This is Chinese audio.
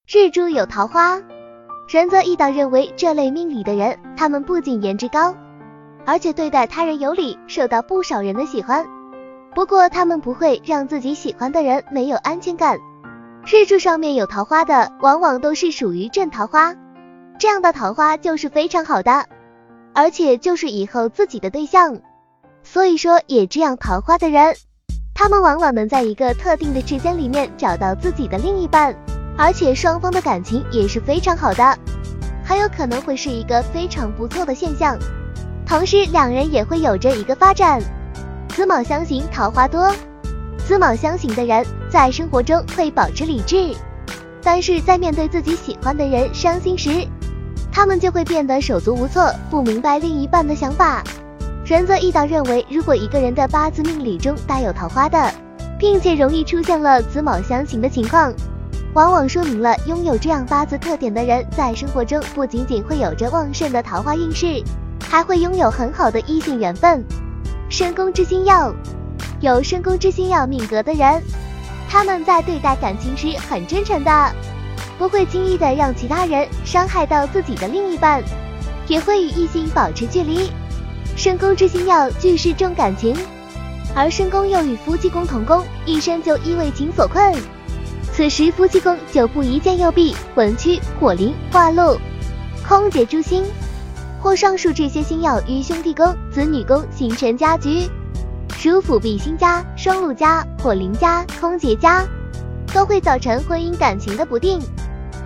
日柱有桃花，仁则易道认为这类命理的人，他们不仅颜值高，而且对待他人有礼，受到不少人的喜欢。不过他们不会让自己喜欢的人没有安全感。日柱上面有桃花的，往往都是属于正桃花，这样的桃花就是非常好的，而且就是以后自己的对象。所以说也这样桃花的人，他们往往能在一个特定的时间里面找到自己的另一半，而且双方的感情也是非常好的，还有可能会是一个非常不错的现象。同时两人也会有着一个发展。子卯相刑桃花多，子卯相刑的人在生活中会保持理智，但是在面对自己喜欢的人伤心时，他们就会变得手足无措，不明白另一半的想法。仁则易道认为，如果一个人的八字命理中带有桃花的，并且容易出现了子卯相刑的情况，往往说明了拥有这样八字特点的人在生活中不仅仅会有着旺盛的桃花运势，还会拥有很好的异性缘分。身宫之星耀，有身宫之星耀命格的人，他们在对待感情时很真诚的，不会轻易的让其他人伤害到自己的另一半，也会与异性保持距离。身宫之星耀具是重感情，而身宫又与夫妻宫同宫，一生就易为情所困。此时夫妻宫就不宜见右弼、文曲、火灵、化禄、空劫诸星，或上述这些星耀于兄弟宫、子女宫形成家局，如辅弼星家、双禄家、火灵家、空劫家，都会造成婚姻感情的不定。